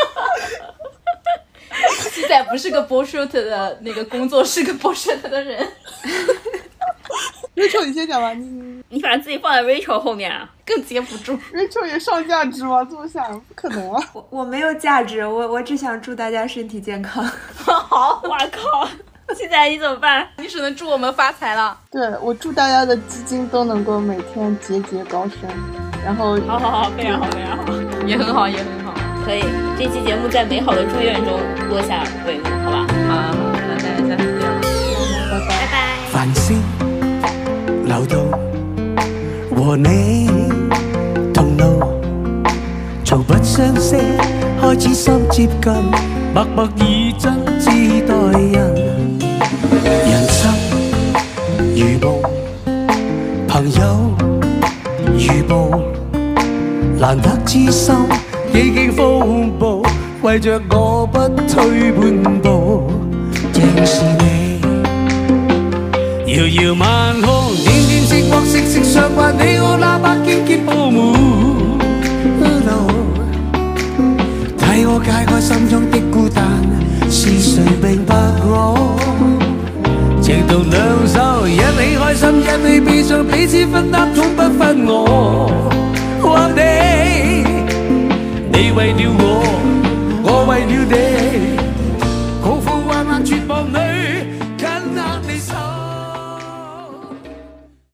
鸡仔不是个 bullshit 的那个工作，是个 bullshit 的人。 Rachel 你先讲吧，你你把自己放在 Rachel 后面啊， 更接不住。 Rachel 也上价值吗？这么想不可能啊！ 我我没有价值，我我只想祝大家身体健康。 好，哇靠，现在你怎么办？ 你只能祝我们发财了。 对，我祝大家的基金都能够每天节节高升，然后好好好，非常好，非常好， 也很好，也很好。 可以。这期节目在美好的祝愿中落下帷幕，好吧？ 好啊，好，那大家下次见了， 拜拜。 拜拜。 繁星流動，和你同路，從不相識開始心接近，默默以真摯待人。人生如夢，朋友如霧，難得知心幾經風暴，為着我不退半步，正是你。遙遙晚空，點點星光息息相關，你我那把堅堅布滿路，替我解開心中的孤單，是誰並不我？情同兩手，一起開心，一起悲傷，彼此分擔，總不分我或你。你為了我，我為了你。